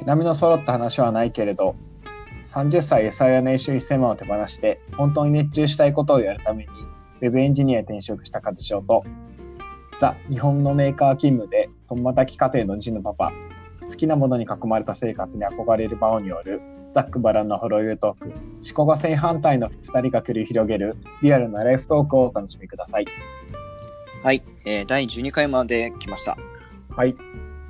波の揃った話はないけれど、30歳で最大年収1000万を手放して本当に熱中したいことをやるためにウェブエンジニアへ転職した和翔と、ザ・日本のメーカー勤務で共働き家庭の次のパパ、好きなものに囲まれた生活に憧れる場をによるざっくばらんのホロユートーク、思考が正反対の2人が繰り広げるリアルなライフトークをお楽しみください。 はい、第12回まで来ました。 はい。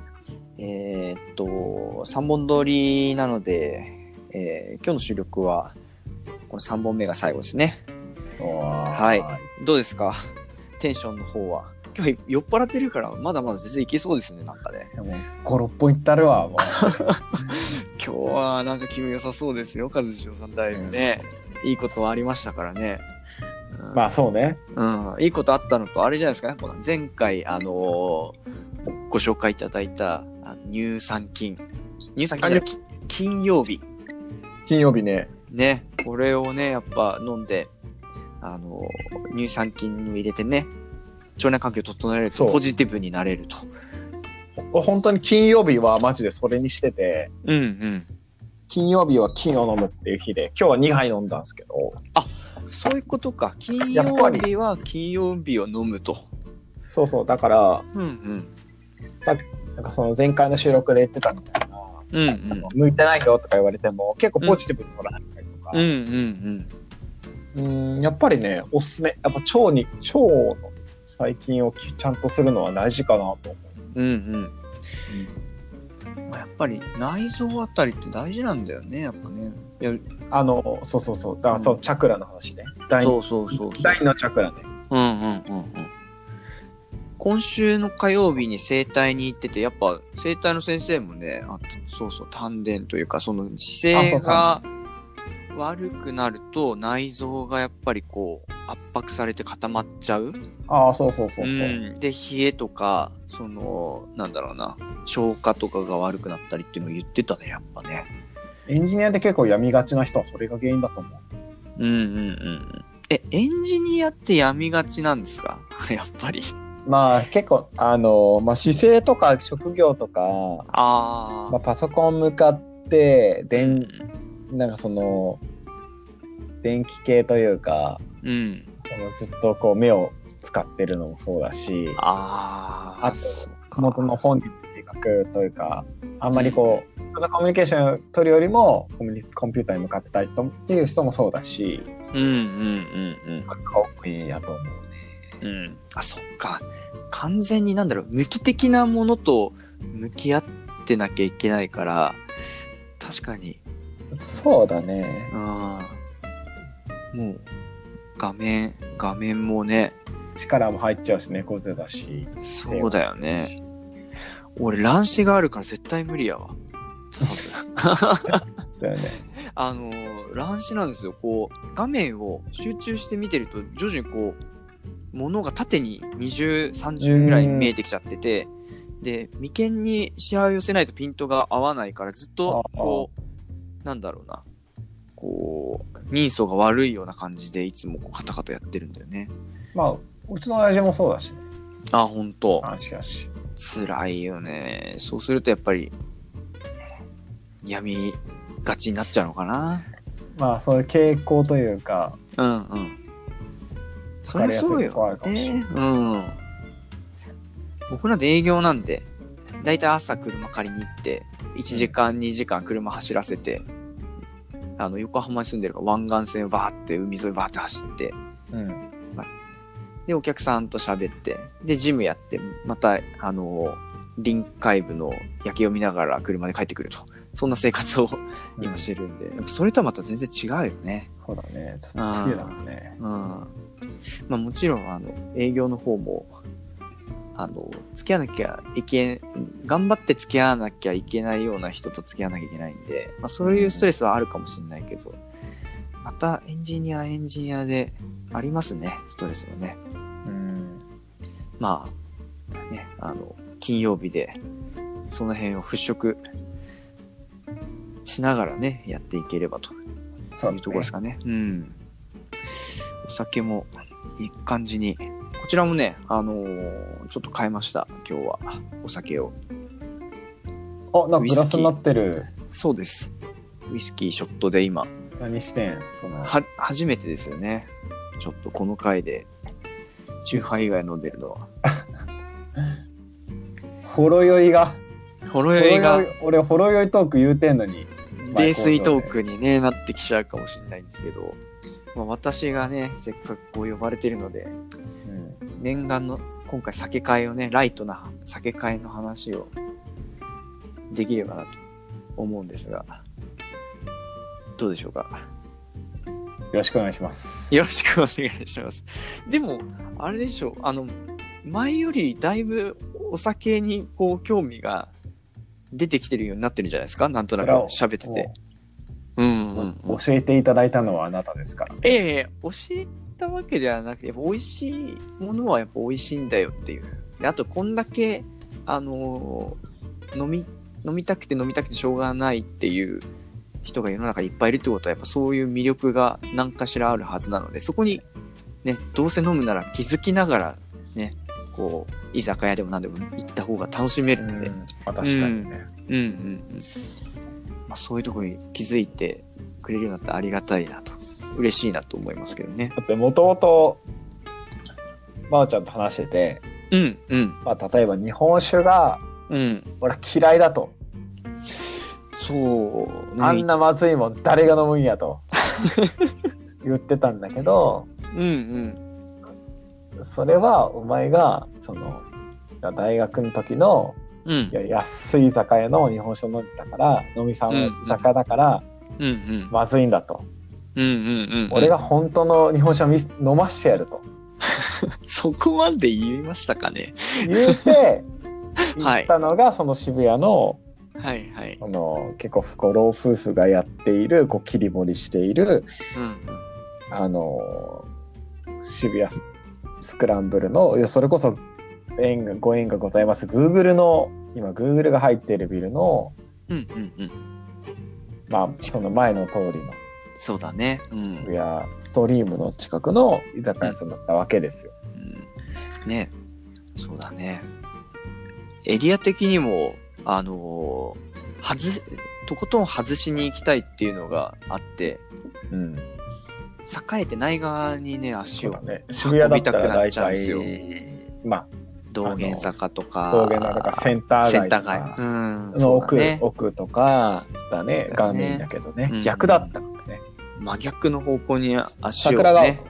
3本撮りなので、今日の収録はこの3本目が最後ですね。はい。どうですか？テンションの方は。今日酔っ払ってるからまだまだ全然いけそうですね。なんかね。 でも5、6本いったるわ。もう今日はなんか気分良さそうですよ、和翔さん。だいぶね、いいことはありましたからね。 まあそうね。 いいことあったのと、あれじゃないですかね。この前回ご紹介いただいた乳酸菌じゃない、金曜日ね。ね、これをねやっぱ飲んで乳酸菌を入れてね、腸内環境を整えるとポジティブになれると。 本当に金曜日はマジでそれにしてて、金曜日は金を飲むっていう日で、今日は2杯飲んだんですけど。 あ、そういうことか。金曜日は金曜日を飲むと。 そうそう、だから、さっきなんかその前回の収録で言ってたみたいな、向いてないよとか言われても結構ポジティブに捉えたりとか、やっぱりねおすすめ。やっぱ腸の細菌をちゃんとするのは大事かなと思う。 やっぱり内臓あたりって大事なんだよね、やっぱね。 そうだからそのチャクラの話ね。第のチャクラね。 今週の火曜日に整体に行ってて、やっぱ整体の先生もね、丹田というか、その姿勢が悪くなると内臓がやっぱりこう圧迫されて固まっちゃう。で、冷えとか、なんだろうな、消化とかが悪くなったりっていうのを言ってたね、やっぱね。 エンジニアで結構病みがちな人はそれが原因だと思う。 エンジニアって病みがちなんですか？やっぱり。 まあ結構姿勢とか職業とか、パソコン向かってなんかその電気系というか、ずっとこう目を使ってるのもそうだし、あと元の本人の性格というか、あんまりこうコミュニケーション取るよりもコンピューターに向かってた人っていう人もそうだし、多いやと思うね。 そっか。完全に無機的なものと向き合ってなきゃいけないから、確かに。 そうだね。 もう画面もね、 力も入っちゃうし、猫背だし。 そうだよね。俺乱視があるから絶対無理やわ。 そうよね。 乱視なんですよ。こう画面を集中して見てると徐々にこう物が縦に20、30ぐらい見えてきちゃってて、で眉間に視野を寄せないとピントが合わないから、ずっとこうなんだろうな、こう人相が悪いような感じでいつもこうカタカタやってるんだよね。 まあうちの親父もそうだしね。 本当。 辛いよね。そうするとやっぱり病みがちになっちゃうのかな。 まあそういう傾向というか、 そりゃそうよ。僕なんて営業なんで、だいたい朝車借りに行って1時間2時間車走らせて、横浜に住んでるから湾岸線をバーって海沿いバーって走って、でお客さんと喋って、でジムやって、また臨海部の夜景を見ながら車で帰ってくると、そんな生活を今してるんで、それとはまた全然違うよね。 そうだね。ちょっと次だもんね。 まあもちろん営業の方も付き合わなきゃ頑張って付き合わなきゃいけないような人と付き合わなきゃいけないんで、そういうストレスはあるかもしれないけど、またエンジニアでありますね、ストレスはね。まあね、金曜日でその辺を払拭しながらねやっていければというところですかね。お酒もいい感じに、こちらもねちょっと変えました、今日はお酒を。 あ、なんかグラスになってる。 そうです。ウイスキーショットで今。 何してん初めてですよね。ちょっとこの回で、チューハイ以外飲んでるのは。 ほろ酔いが。俺、ほろ酔いトーク言うてんのに。 泥酔トークに、ね、なってきちゃうかもしれないんですけど、まあ、私がね、せっかくこう呼ばれてるので、念願の、今回酒会をね、ライトな酒会の話をできればなと思うんですが、どうでしょうか。 よろしくお願いします。 よろしくお願いします。でも、あれでしょう、前よりだいぶお酒にこう興味が出てきてるようになってるんじゃないですか、なんとなく喋ってて。 教えていただいたのはあなたですから。 教えたわけではなくて、やっぱ美味しいものはやっぱ美味しいんだよっていう。で、あとこんだけ、飲みたくてしょうがないっていう人が世の中にいっぱいいるってことは、やっぱそういう魅力が何かしらあるはずなので、そこにね、どうせ飲むなら気づきながらね、こう居酒屋でも何でも行った方が楽しめるので、 確かにね、 まあ、そういうところに気づいてくれるようになったらありがたいなと、嬉しいなと思いますけどね。 だってもともとまーちゃんと話してて、まあ、例えば日本酒が、俺嫌いだと、 そう、 あんなまずいもん誰が飲むんやと言ってたんだけど、それはお前がその大学の時の、いや安い居酒屋の日本酒を飲んでたから、飲みさんの居酒屋だから、まずいんだと、俺が本当の日本酒を飲ましてやるとそこまで言いましたかね。 言ったのがその渋谷の、結構老夫婦がやっている、こう切り盛りしている、渋谷スクランブルの、それこそご縁がございます Google の、今 Google が入っているビルの、まあその前の通りの、 そうだね、 渋谷ストリームの近くの居酒屋さんだったわけですよ。 ね、そうだね。エリア的にもとことん外しに行きたいっていうのがあって、栄えてない側にね、足を運びたくなっちゃうんですよ。まあ道玄坂とかセンター街の奥とかだね、がメインだけどね、逆だったからね。 真逆の方向に足をね。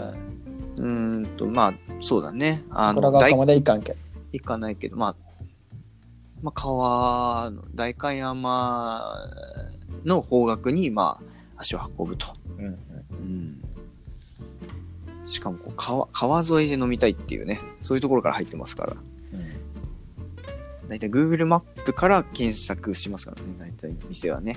まあそうだね。 桜川まで行かないけど、まあ川の代官山の方角にまあ足を運ぶと。しかもこう川沿いで飲みたいっていうね、そういうところから入ってますから。だいたい Google マップから検索しますからね、だいたい店はね。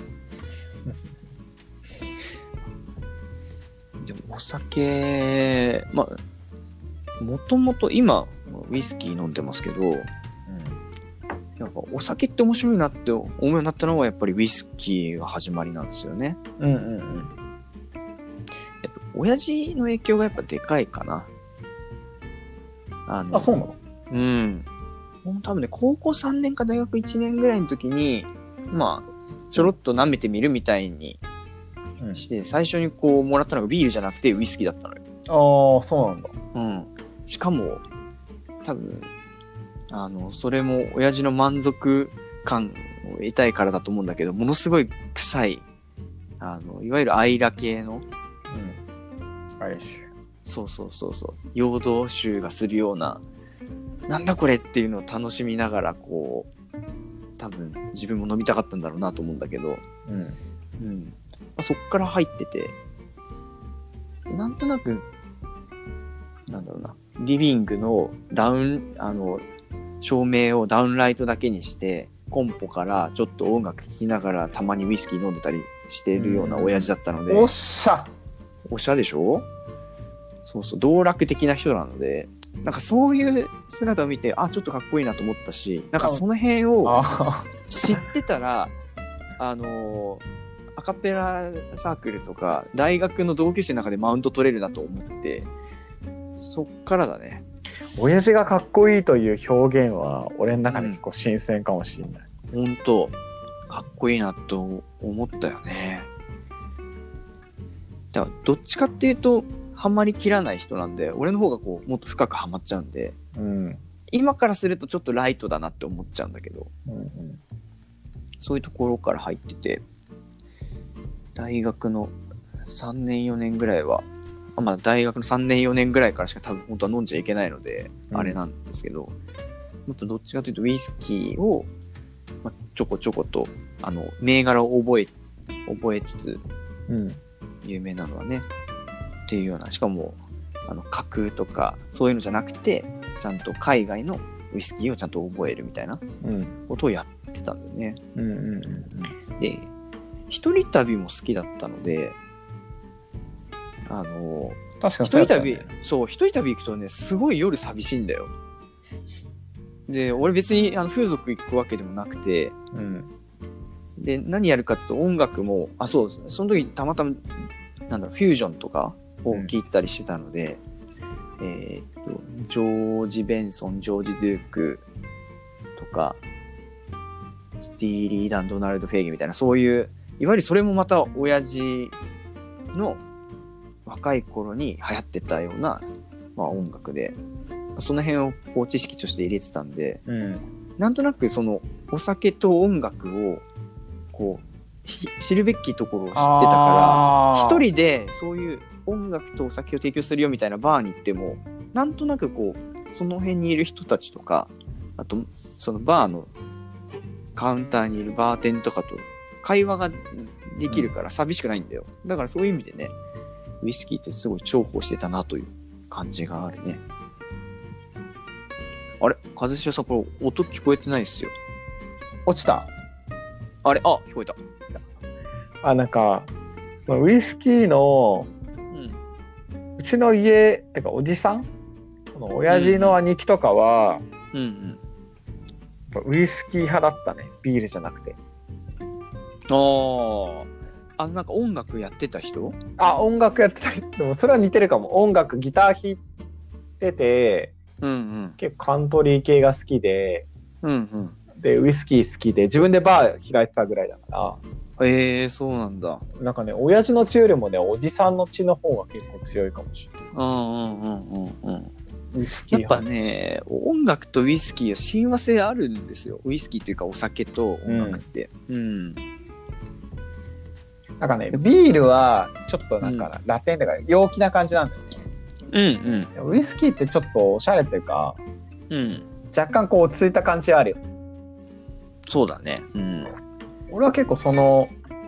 でもお酒、まあもともと今ウイスキー飲んでますけど、やっぱお酒って面白いなって思うようになったのはやっぱりウイスキーが始まりなんですよね。やっぱ親父の影響がやっぱでかいかな。 そうなの？ 多分ね、高校3年か大学1年ぐらいの時に、まあちょろっと舐めてみるみたいにして、最初にこうもらったのがビールじゃなくてウイスキーだったのよ。 そうなんだ。 しかも多分それも親父の満足感を得たいからだと思うんだけど、ものすごい臭いいわゆるアイラ系の、 アイラッシュ、そう陽動臭がするような、なんだこれっていうのを楽しみながら、こう多分自分も飲みたかったんだろうなと思うんだけど、そっから入ってて、なんとなくなんだろうな、リビングの照明をダウンライトだけにして、コンポからちょっと音楽聴きながらたまにウイスキー飲んでたりしてるような親父だったので、 おっしゃでしょ。道楽的な人なので、なんかそういう姿を見て、ちょっとかっこいいなと思ったし、なんかその辺を知ってたら、アカペラサークルとか大学の同級生の中でマウント取れるなと思って、そっからだね。 親父がかっこいいという表現は俺の中で結構新鮮かもしれない。 ほんと、かっこいいなと思ったよね。だからどっちかっていうと、ハマりきらない人なんで、俺の方がこう、もっと深くハマっちゃうんで、 うん、 今からするとちょっとライトだなって思っちゃうんだけど、 うんうん、 そういうところから入ってて、大学の3年4年ぐらいは、まあ大学の3年4年ぐらいからしか多分本当は飲んじゃいけないので、あれなんですけど、もっとどっちかというとウイスキーを、まあ、ちょこちょこと銘柄を覚えつつ、 うん、 有名なのはねっていうような、しかも架空とかそういうのじゃなくて、ちゃんと海外のウイスキーをちゃんと覚えるみたいなことをやってたんだよね。 うんうんうんうん、 で、一人旅も好きだったので、 確かにそうだったね。 一人旅行くとね、すごい夜寂しいんだよ。で、俺別に風俗行くわけでもなくて、 うん、 で、何やるかっていうと音楽も、その時たまたま、フュージョンとかを聴いてたりしてたので、ジョージ・ベンソン、ジョージ・ドゥークとか、スティーリー・ダン・ドナルド・フェイゲみたいな、そういう、いわゆるそれもまた親父の若い頃に流行ってたような、まあ、音楽で、その辺をこう知識として入れてたんで、 うん、 なんとなくそのお酒と音楽をこう知るべきところを知ってたから、一人でそういう音楽とお酒を提供するよみたいなバーに行っても、なんとなくこうその辺にいる人たちとか、あとそのバーのカウンターにいるバーテンとかと会話ができるから寂しくないんだよ。だからそういう意味でね、ウイスキーってすごい重宝してたなという感じがあるね。あれ、一茂さん、これ音聞こえてないっすよ。 落ちた。 あれ、聞こえた。 なんかそのウイスキーの、うちの家ってかおじさん、その親父の兄貴とかは、ウイスキー派だったね。ビールじゃなくて。 なんか音楽やってた人？ 音楽やってた人。でもそれは似てるかも。音楽、ギター弾いてて、結構カントリー系が好きで、でウイスキー好きで自分でバー開いてたぐらいだから。 そうなんだ。 なんかね、親父の血よりもね、おじさんの血の方が結構強いかもしれない。 やっぱね、音楽とウイスキーは親和性あるんですよ。ウイスキーというかお酒と音楽って。 なんかね、ビールはちょっとなんかラテンとか陽気な感じなんだよね。ウイスキーってちょっとおしゃれというか、若干こう落ち着いた感じあるよ。 そうだね。 俺は結構その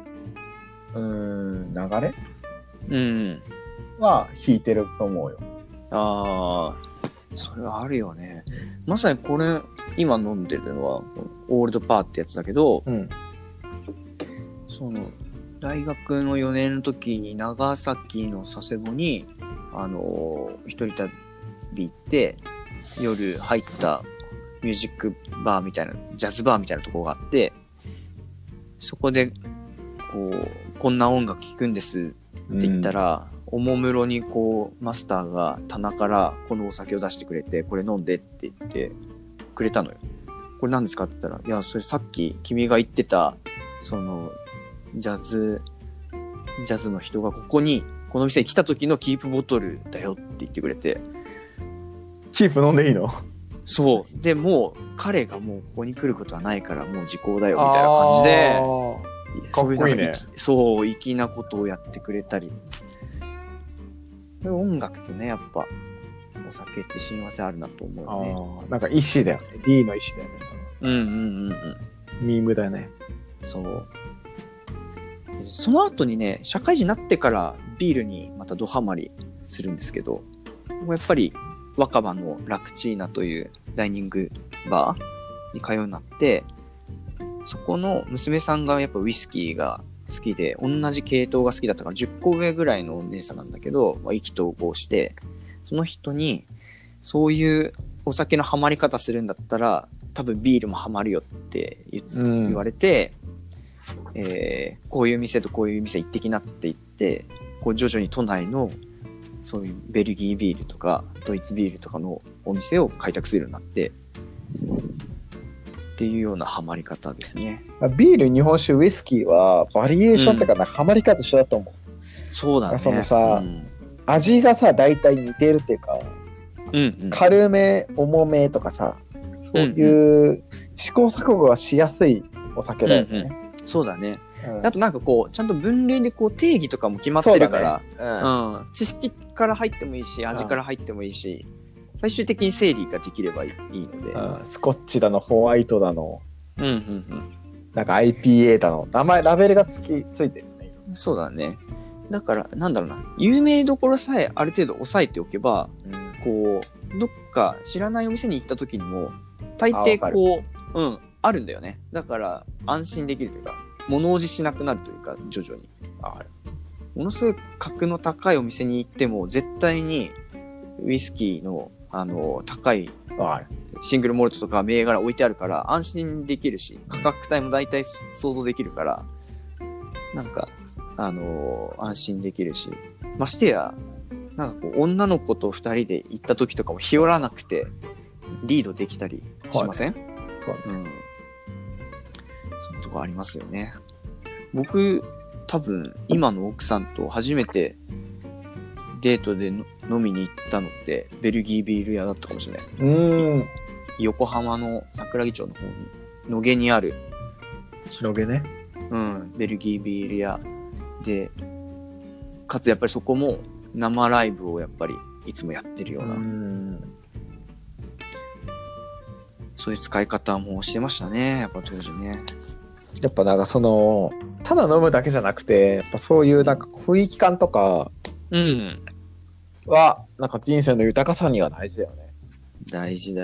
流れは弾いてると思うよ。 それはあるよね。まさにこれ今飲んでるのはオールドパーってやつだけど、その大学の4年の時に長崎の佐世保に一人旅行って夜入ったミュージックバーみたいな、ジャズバーみたいなところがあって、そこでこんな音楽聴くんですって言ったら、おもむろにマスターが棚からこのお酒を出してくれて、これ飲んでって言ってくれたのよ。これ何ですかって言ったら、いや、それさっき君が言ってたそのジャズの人がこの店に来た時のキープボトルだよって言ってくれて。 キープ飲んでいいの？ そう。で、もう彼がもうここに来ることはないからもう時効だよみたいな感じで、 かっこいいね。 そういう粋なことをやってくれたり。音楽とね、やっぱお酒って親和性あるなと思うね。 なんか意志だよね。D の意志だよね。ミームだよね。 そう。その後にね、社会人になってからビールにまたドハマりするんですけど、やっぱり若葉のラクチーナというダイニングバーに通うようになって、そこの娘さんがやっぱウイスキーが好きで、同じ系統が好きだったから10個上ぐらいのお姉さんなんだけど、意気投合して、その人にそういうお酒のハマり方するんだったら多分ビールもハマるよって言われて、こういう店とこういう店行ってきなって言って、徐々に都内のそういうベルギービールとかドイツビールとかのお店を開拓するようになって、 っていうようなハマり方ですね。 ビール、日本酒、ウイスキーはバリエーションってかな、ハマり方一緒だと思う。 そうだね。 そのさ、味がさ大体似てるっていうか、軽め重めとかさ、そういう試行錯誤がしやすいお酒だよね。 そうだね。あとなんかこうちゃんと分類でこう定義とかも決まってるから、知識から入ってもいいし、味から入ってもいいし、最終的に整理ができればいいので、 スコッチだのホワイトだの、なんか IPA だの名前ラベルがついてるね。 そうだね。だからなんだろうな、有名どころさえある程度押さえておけば、こうどっか知らないお店に行った時にも大抵こうあるんだよね。だから安心できるというか、物おじしなくなるというか、徐々にものすごい格の高いお店に行っても絶対にウイスキーの高いシングルモルトとか銘柄置いてあるから安心できるし、価格帯も大体想像できるから、なんか安心できるし、ましてやなんかこう女の子と2人で行った時とかも日和らなくてリードできたりしません？そういうとこありますよね。僕多分今の奥さんと初めてデートで飲みに行ったのってベルギービール屋だったかもしれない。横浜の桜木町の方に野毛にある野毛ね。 ベルギービール屋で、かつやっぱりそこも生ライブをやっぱりいつもやってるような、そういう使い方もしてましたね、やっぱ当時ね。 やっぱなんかそのただ飲むだけじゃなくて、やっぱそういうなんか雰囲気感とかはなんか人生の豊かさには大事だよね。 大事。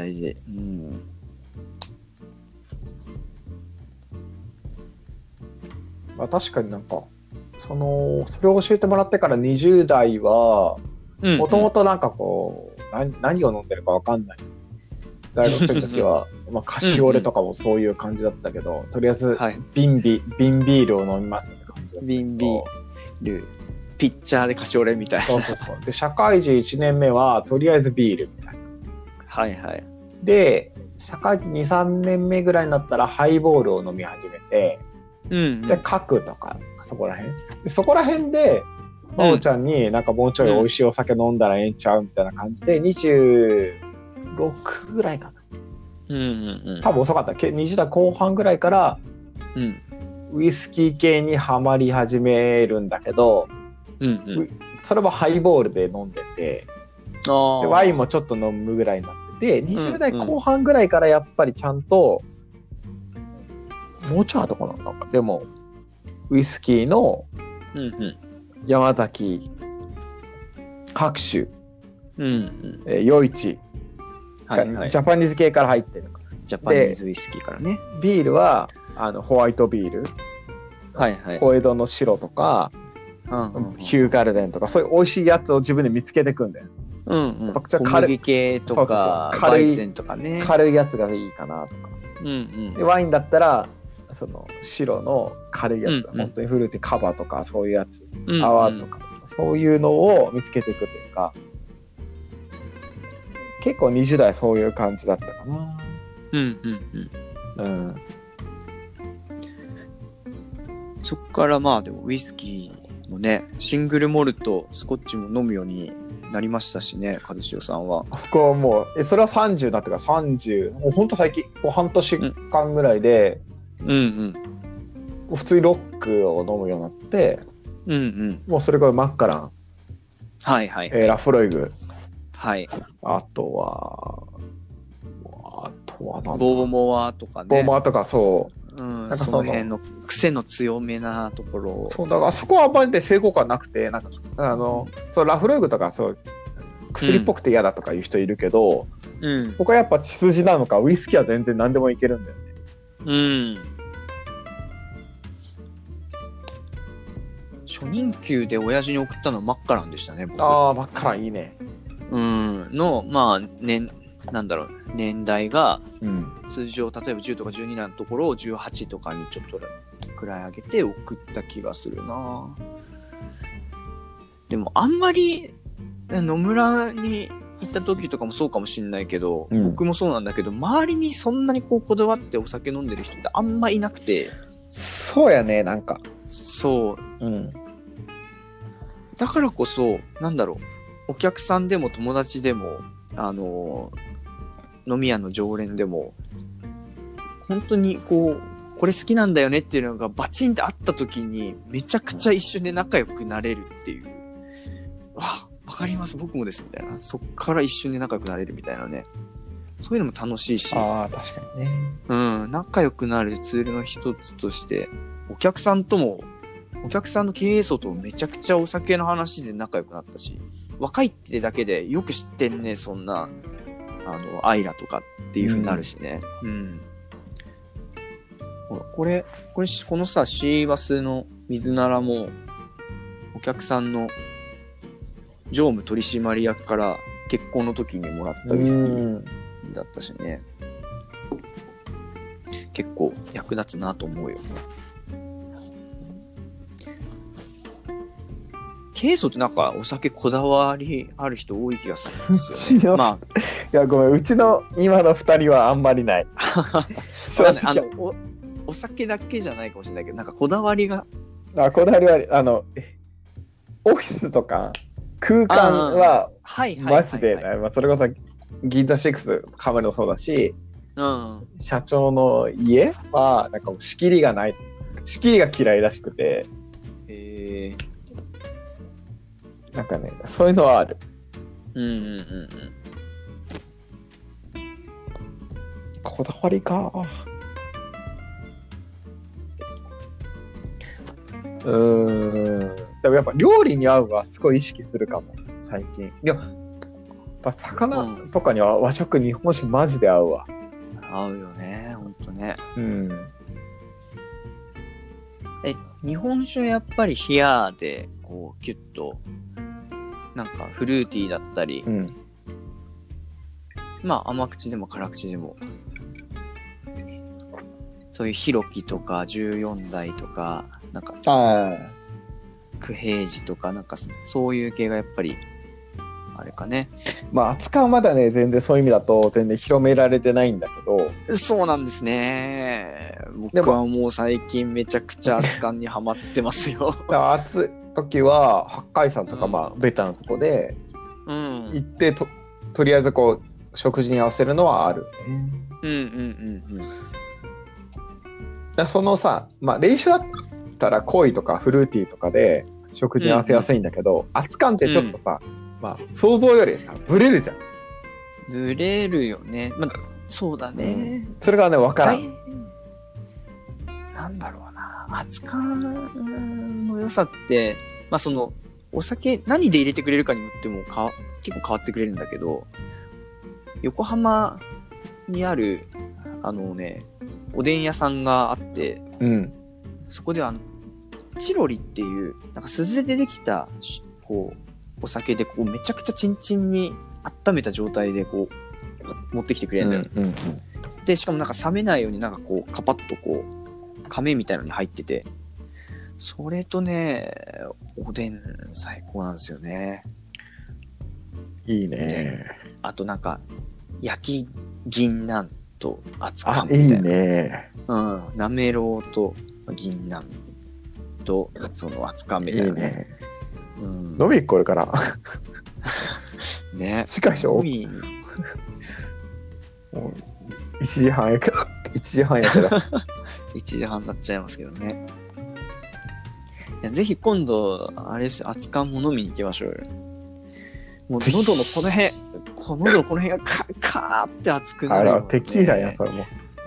まあ確かになんかそれを教えてもらってから20代はもともとなんかこう何を飲んでるか分かんない。大学生の時はまあカシオレとかもそういう感じだったけど、とりあえず瓶ビールを飲みますって感じだった。 瓶ビール、ピッチャーでカシオレみたいな。 そう。で社会人1年目はとりあえずビールみたいな。で社会人 2,3 年目ぐらいになったらハイボールを飲み始めて、で角とかそこら辺で真央ちゃんになんかもうちょい美味しいお酒飲んだらええんちゃうみたいな感じで26ぐらいかな。多分遅かった。20代後半ぐらいから、ウイスキー系にはまり始めるんだけど、それもハイボールで飲んでて、でワインもちょっと飲むぐらいになってて、20代後半ぐらいからやっぱりちゃんと、もうちょい後かな、なんかでもウイスキーの山崎、白州、余市、ジャパニーズ系から入ってるのか。 ジャパニーズウイスキーからね。 ビールはホワイトビール、小江戸の白とか、ヒューガルデンとか、そういう美味しいやつを自分で見つけてくんだよ。 小麦系とかバイゼンとかね、 軽いやつがいいかなとか。でワインだったらその白の軽いやつ、本当にフルーティーカバとかそういうやつ、泡とか、そういうのを見つけていくというか、結構20代そういう感じだったかな。 そっからまあでもウイスキーもね、シングルモルトスコッチも飲むようになりましたしね、和代さんは。 僕はもうそれは30になってから30、もうほんと最近半年間ぐらいで、普通にロックを飲むようになって、もうそれからマッカラン、ラフロイグ、あとはなんだ、 ボーモアとかね。 ボーモアとか、そう。 なんかその辺の癖の強めなところ。 そうだから、そこはあんまり成功感なくて、なんかそうラフロイグとかそう薬っぽくて嫌だとかいう人いるけど、僕はやっぱ血筋なのか、ウイスキーは全然何でもいけるんだよね。 初任給で親父に送ったのはマッカランでしたね。僕マッカランいいね。 のまあなんだろう、年代が、通常例えば10とか12のところを18とかにちょっとくらい上げて送った気がするな。でもあんまり野村に行った時とかもそうかもしんないけど、 うん僕もそうなんだけど、周りにそんなにこだわってお酒飲んでる人ってあんまいなくて。 そうやね、なんか。 そう。 うん。 だからこそ、お客さんでも友達でも、飲み屋の常連でも、本当にこれ好きなんだよねっていうのがバチンってあった時に、めちゃくちゃ一瞬で仲良くなれるっていう。わかります、僕もです、みたいな。そっから一瞬で仲良くなれるみたいなね。そういうのも楽しいし。 ああ、確かにね。 うん、仲良くなるツールの一つとして、お客さんの経営層とめちゃくちゃお酒の話で仲良くなったし、若いってだけでよく知ってんね、そんな、アイラとかっていう風になるしね。うん。ほら、このさ、シーバスの水ならも、お客さんの常務取締役から結婚の時にもらったウイスキーだったしね。結構役立つなと思うよ。ケイソってなんかお酒こだわりある人多い気がするんですよ、ね。 いやごめん、うちの今の2人はあんまりない。 お酒だけじゃないかもしれないけど、なんかこだわりが。 こだわりはオフィスとか空間はマジで、それこそ銀座6カメラもそうだし、 うん、 社長の家はなんかもう仕切りがない、仕切りが嫌いらしくて。なんかね、そういうのはある。こだわりか。でもやっぱ料理に合うはすごい意識するかも、最近。いや、やっぱ魚とかには和食、日本酒マジで合うわ。 合うよね、ほんとね。 うん。 日本酒やっぱり冷やで、キュッと、なんかフルーティーだったり、まあ甘口でも辛口でも、そういうヒロキとか14代とか、なんか、クヘイジとか、なんかそういう系がやっぱり、あれかね。 まあ扱うまだね、全然そういう意味だと全然広められてないんだけど。 そうなんですね。僕はもう最近めちゃくちゃ扱にハマってますよ。 暑い時は八海山とか、まあベタなとこで行ってとりあえず食事に合わせるのはあるね。そのさ、まあ冷酒だったら濃いとかフルーティーとかで食事に合わせやすいんだけど、熱燗ってちょっとさ、まあ想像よりさブレるじゃん。 ブレるよね。まあそうだね。 それがね分からん。 なんだろうな。熱燗の良さって、まあそのお酒何で入れてくれるかによっても結構変わってくれるんだけど、横浜にあるおでん屋さんがあって、そこではチロリっていうなんか鈴でできたお酒でめちゃくちゃチンチンに温めた状態で持ってきてくれるんだよ。でしかもなんか冷めないようになんかカパッと亀みたいのに入ってて、それとねおでん最高なんですよね。 いいね。 あとなんか焼き銀杏と熱燗みたいな。いいね。 なめろうと銀杏とその熱燗みたいな。いいね。 飲み行これからね。 近いでしょ。もう1時半やけど1時半になっちゃいますけどね。いやぜひ今度あれです熱燗も飲みに行きましょうよ。もう喉のこの辺がカーって熱くなる、ね。 テキーラやそれも。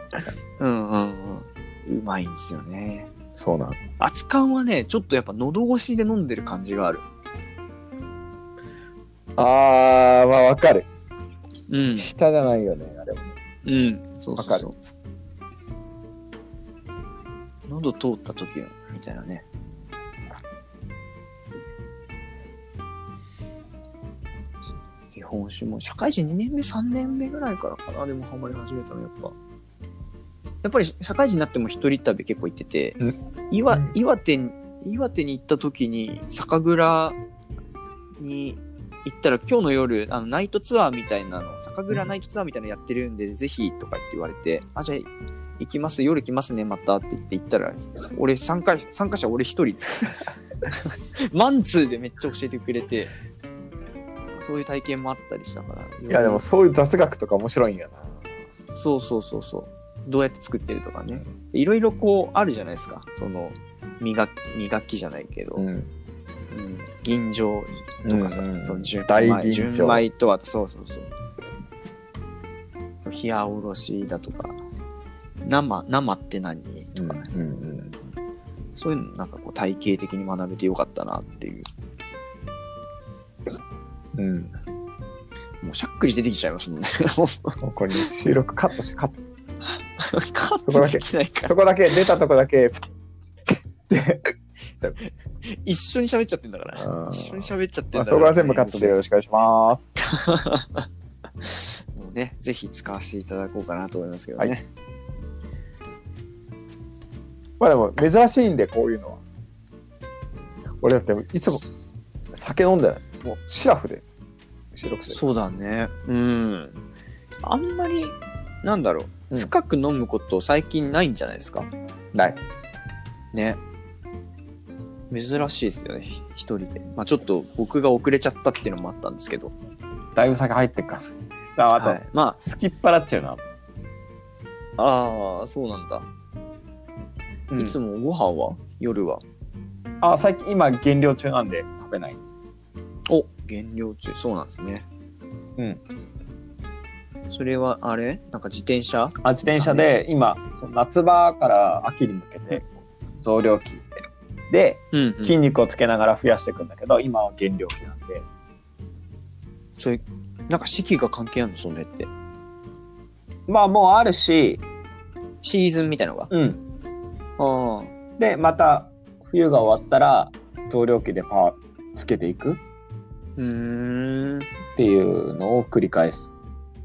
うまいんですよね。 そうなん。 熱燗はねちょっとやっぱ喉越しで飲んでる感じがある。 まあわかる。下じゃないよねあれも。 そう。 わかる。 喉通った時みたいなね。日本酒も社会人2年目3年目ぐらいからかな、でもハマり始めたのやっぱり社会人になっても一人旅結構行ってて、岩手に行った時に酒蔵に行ったら今日の夜ナイトツアーみたいなの、酒蔵ナイトツアーみたいなのやってるんでぜひとかって言われて、あ、じゃあ行きます、夜来ますねまたって言って行ったら、俺参加者俺一人ですマンツーでめっちゃ教えてくれて、そういう体験もあったりしたから。 いやでもそういう雑学とか面白いんやな。 そうどうやって作ってるとかね、いろいろこうあるじゃないですか、その磨きじゃないけど、吟醸とかさ、その純米と、あとそう冷やおろしだとか、生って何とかね、そういうのなんかこう体系的に学べてよかったなっていう。もうしゃっくり出てきちゃいますもんね。 これ収録カットカットできないから。 そこだけ出たとこだけ一緒に喋っちゃってんだから。一緒に喋っちゃってんだから、 そこは全部カットでよろしくお願いします。もうね、ぜひ使わせていただこうかなと思いますけどね。はい、 まあでも珍しいんで、こういうのは。俺だっていつも酒飲んでない。もうシラフで収録してる。 そうだね。あんまりなんだろう、深く飲むこと最近ないんじゃないですか。 ないね。珍しいですよね、一人で。まあちょっと僕が遅れちゃったっていうのもあったんですけど。 だいぶ酒入ってっから。あと、まあ好きっぱらっちゃうな。 ああ、そうなんだ。いつもご飯は夜は？ 最近今減量中なんで食べないです。 お、減量中、そうなんですね。それはあれ？なんか自転車で今夏場から秋に向けて増量期で、筋肉をつけながら増やしていくんだけど、今は減量期なんで。 それなんか四季が関係あるの？それって。 まあもうあるし、 シーズンみたいのが。 でまた冬が終わったら増量期でパワーつけていくっていうのを繰り返す。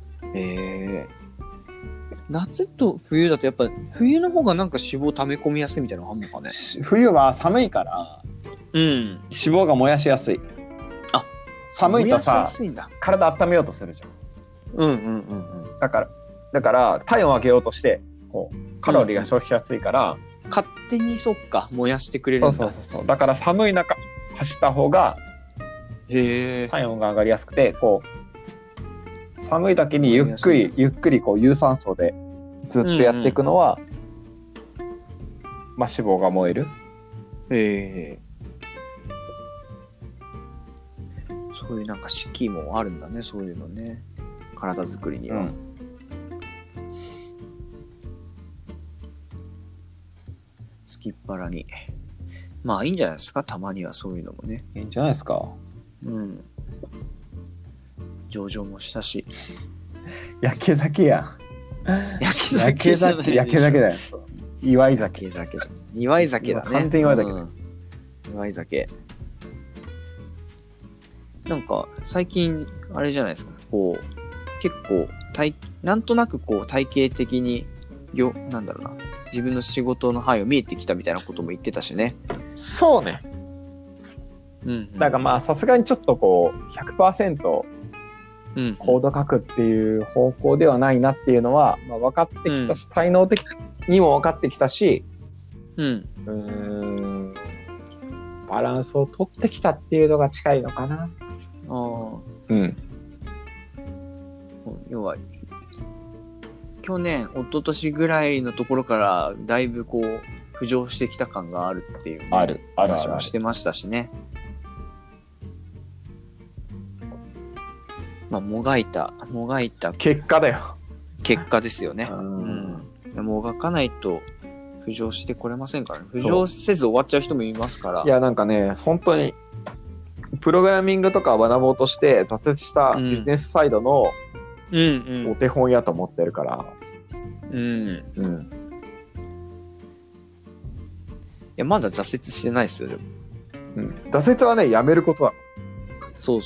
夏と冬だとやっぱ冬の方がなんか脂肪溜め込みやすいみたいなのあんのかね。 冬は寒いから脂肪が燃やしやすい。寒いとさ、体温めようとするじゃん。だから体温を上げようとしてこうカロリーが消費しやすいから、 勝手にそっか燃やしてくれるんだ。 そうだから寒い中走った方が体温が上がりやすくて、こう寒い時にゆっくりこう有酸素でずっとやっていくのは、まあ脂肪が燃える。 そういうなんか四季もあるんだね、そういうのね、体作りには。好きっ腹に。まあいいんじゃないですか、たまにはそういうのもね。 いいんじゃないですか。 上場もしたし。 焼け酒や。 焼け酒だよ。祝い酒。 祝い酒だね。 完全祝い酒。 祝い酒。なんか最近あれじゃないですか。こう結構なんとなくこう体系的になんだろうな、自分の仕事の範囲を見えてきたみたいなことも言ってたしね。 そうね。だからまあさすがにちょっとこう 100% コード書くっていう方向ではないなっていうのは、まあ、分かってきたし、才能的にも分かってきたし、バランスを取ってきたっていうのが近いのかな。 要は去年一昨年ぐらいのところからだいぶこう浮上してきた感があるっていう、話もしてましたしね。まあもがいた結果だよ。 結果ですよね。もがかないと浮上してこれませんからね。浮上せず終わっちゃう人もいますから。 いやなんかね、本当にプログラミングとかを学ぼうとして挫折したビジネスサイドのお手本やと思ってるから。いやまだ挫折してないですよでも。 挫折はね、やめることだ。 そう。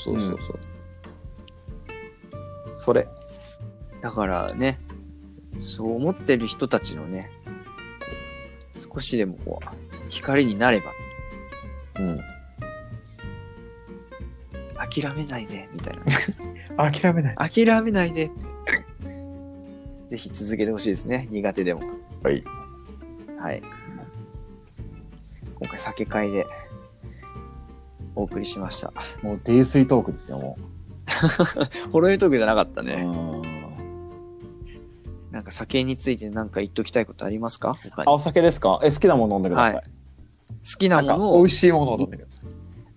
それ。 だからね、そう思ってる人たちのね、少しでもこう光になれば。 諦めないでみたいな。諦めない。 諦めないで。ぜひ続けてほしいですね。苦手でも。 はい。 はい。今回酒会でお送りしました。 もう泥酔トークですよ、もう。ほろ酔いトークじゃなかったね。なんか酒について何か言っときたいことありますか？他に。 お酒ですか？好きなもの飲んでください。はい、 好きなものを。 美味しいものを飲んでください。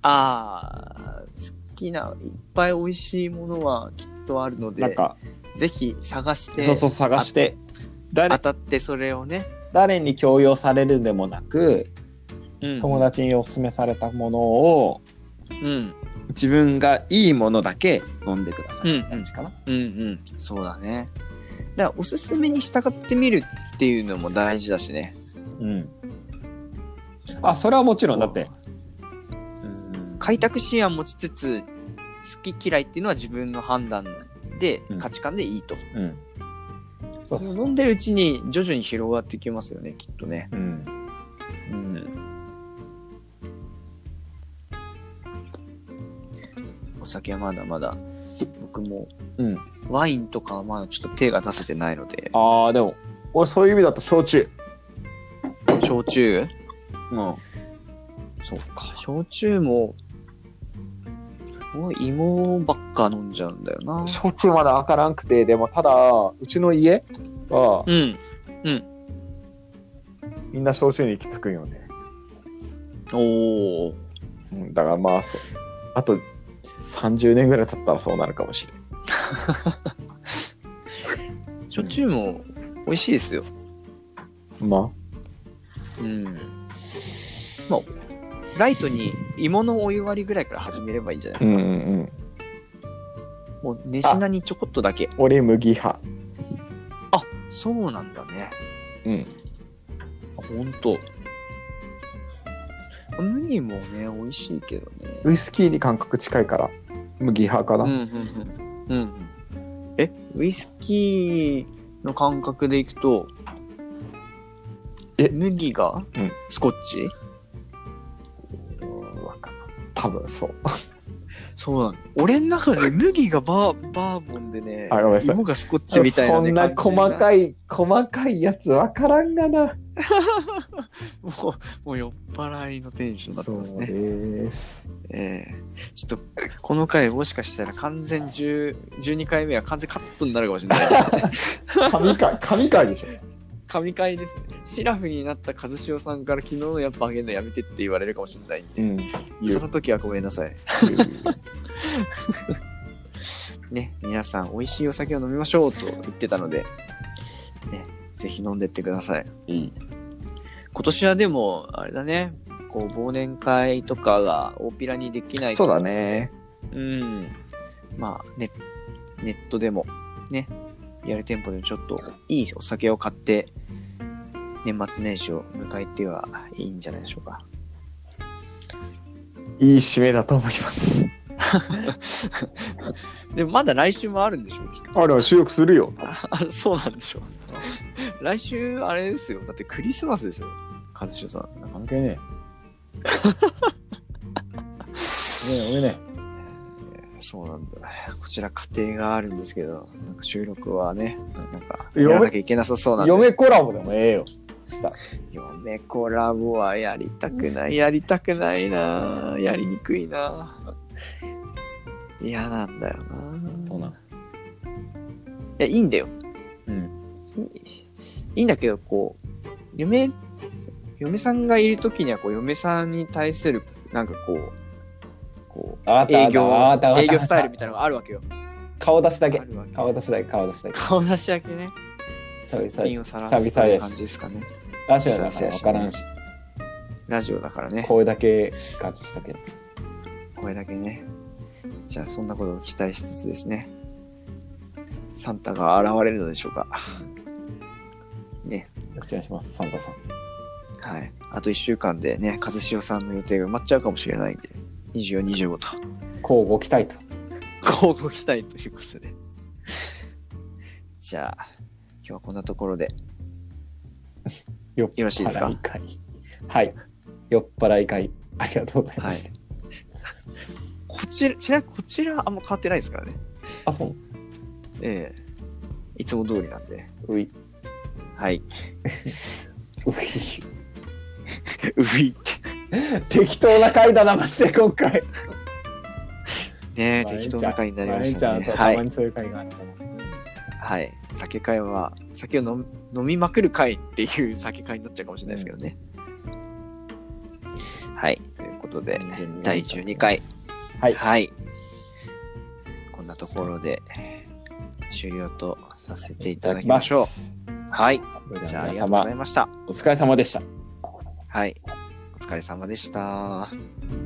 好きな、いっぱい美味しいものはきっとあるので、なんかぜひ探して。 そう、探して。 当たってそれをね。 誰に強要されるでもなく、友達におすすめされたものを、自分がいいものだけ飲んでください。感じかな。 そうだね。だからおすすめに従ってみるっていうのも大事だしね。 それはもちろんだって。 開拓心は持ちつつ、好き嫌いっていうのは自分の判断で、価値観でいいと。その飲んでるうちに徐々に広がってきますよね、きっとね。お酒はまだまだ僕も、ワインとかはまだちょっと手が出せてないので。 でも俺そういう意味だと焼酎。 そうか、焼酎も芋ばっか飲んじゃうんだよな。 焼酎まだわからんくて、でもただうちの家はみんな焼酎に行き着くよね。だからまああと30年ぐらい経ったらそうなるかもしれん。 焼酎も美味しいですよ。 まあライトに芋のお湯割りぐらいから始めればいいんじゃないですか。もう熱しなにちょこっとだけ。 俺麦派。 そうなんだね。ほんと。麦もね、美味しいけどね。 ウイスキーに感覚近いから麦派かな。 ウイスキーの感覚でいくと、麦がスコッチ？ 多分そう。 そうなんだ。俺の中で麦がバーボンでね、芋がスコッチみたいなね。 そんな細かいやつわからんがな。 もう酔っ払いのテンションだったんですね。ちょっとこの回もしかしたら完全12回目は完全カットになるかもしれないですね。 神回でしょ。 神回ですね。シラフになった和潮さんから昨日のやっぱあげるのやめてって言われるかもしれないんで、その時はごめんなさい。ね、皆さん美味しいお酒を飲みましょうと言ってたので、ね、ぜひ飲んでってください。今年はでもあれだね、こう忘年会とかが大っぴらにできないと。 そうだね。 まあネットでもね。リアル店舗でちょっといいお酒を買って年末年始を迎えてはいいんじゃないでしょうか。 いい締めだと思います。 でもまだ来週もあるんでしょうきっと。 でも収録するよ。 そうなんでしょう。来週あれですよ。だってクリスマスですよ。和潮さん。 関係ねえ。俺ね。 そうなんだ。こちら家庭があるんですけど、なんか収録はね、なんかやらなきゃいけなさそうなんで。 嫁コラボでもええよ。 嫁コラボはやりたくないな。やりにくいな。嫌なんだよな。 そうなん。 いや、いいんだよ。いいんだけど、こう、嫁さんがいるときには、こう、嫁さんに対する、なんかこう、営業スタイルみたいなのがあるわけよ。 顔出しだけ。 顔出しだけね。 久々 をさらすという感じですかね。 ラジオだから分からんし。 ラジオだからね。 声だけ感じしたけど。 声だけね。じゃあそんなことを期待しつつですね。サンタが現れるのでしょうか。ね。 よろしくお願いします、サンタさん。 はい。あと1週間でね、和潮さんの予定が埋まっちゃうかもしれないんで。24、25と。 こうご期待と。 こうご期待ということで。じゃあ、今日はこんなところで。よろしいですか？ はい。酔っ払い会、ありがとうございました。 ちなみにこちらあんま変わってないですからね。 あ、そう。 いつも通りなんで。 うい。 はい。 うい。 ういって。 適当な回だな、マジで今回。 ねえ、適当な回になりましたね。 たまにそういう回があったの。 はい。酒会は、酒を飲みまくる会っていう酒会になっちゃうかもしれないですけどね。はい。ということで、第12回。 はい。 はい。こんなところで終了とさせていただきましょう。はい。じゃあ、ありがとうございました。 お疲れ様でした。 はい。お疲れ様でした。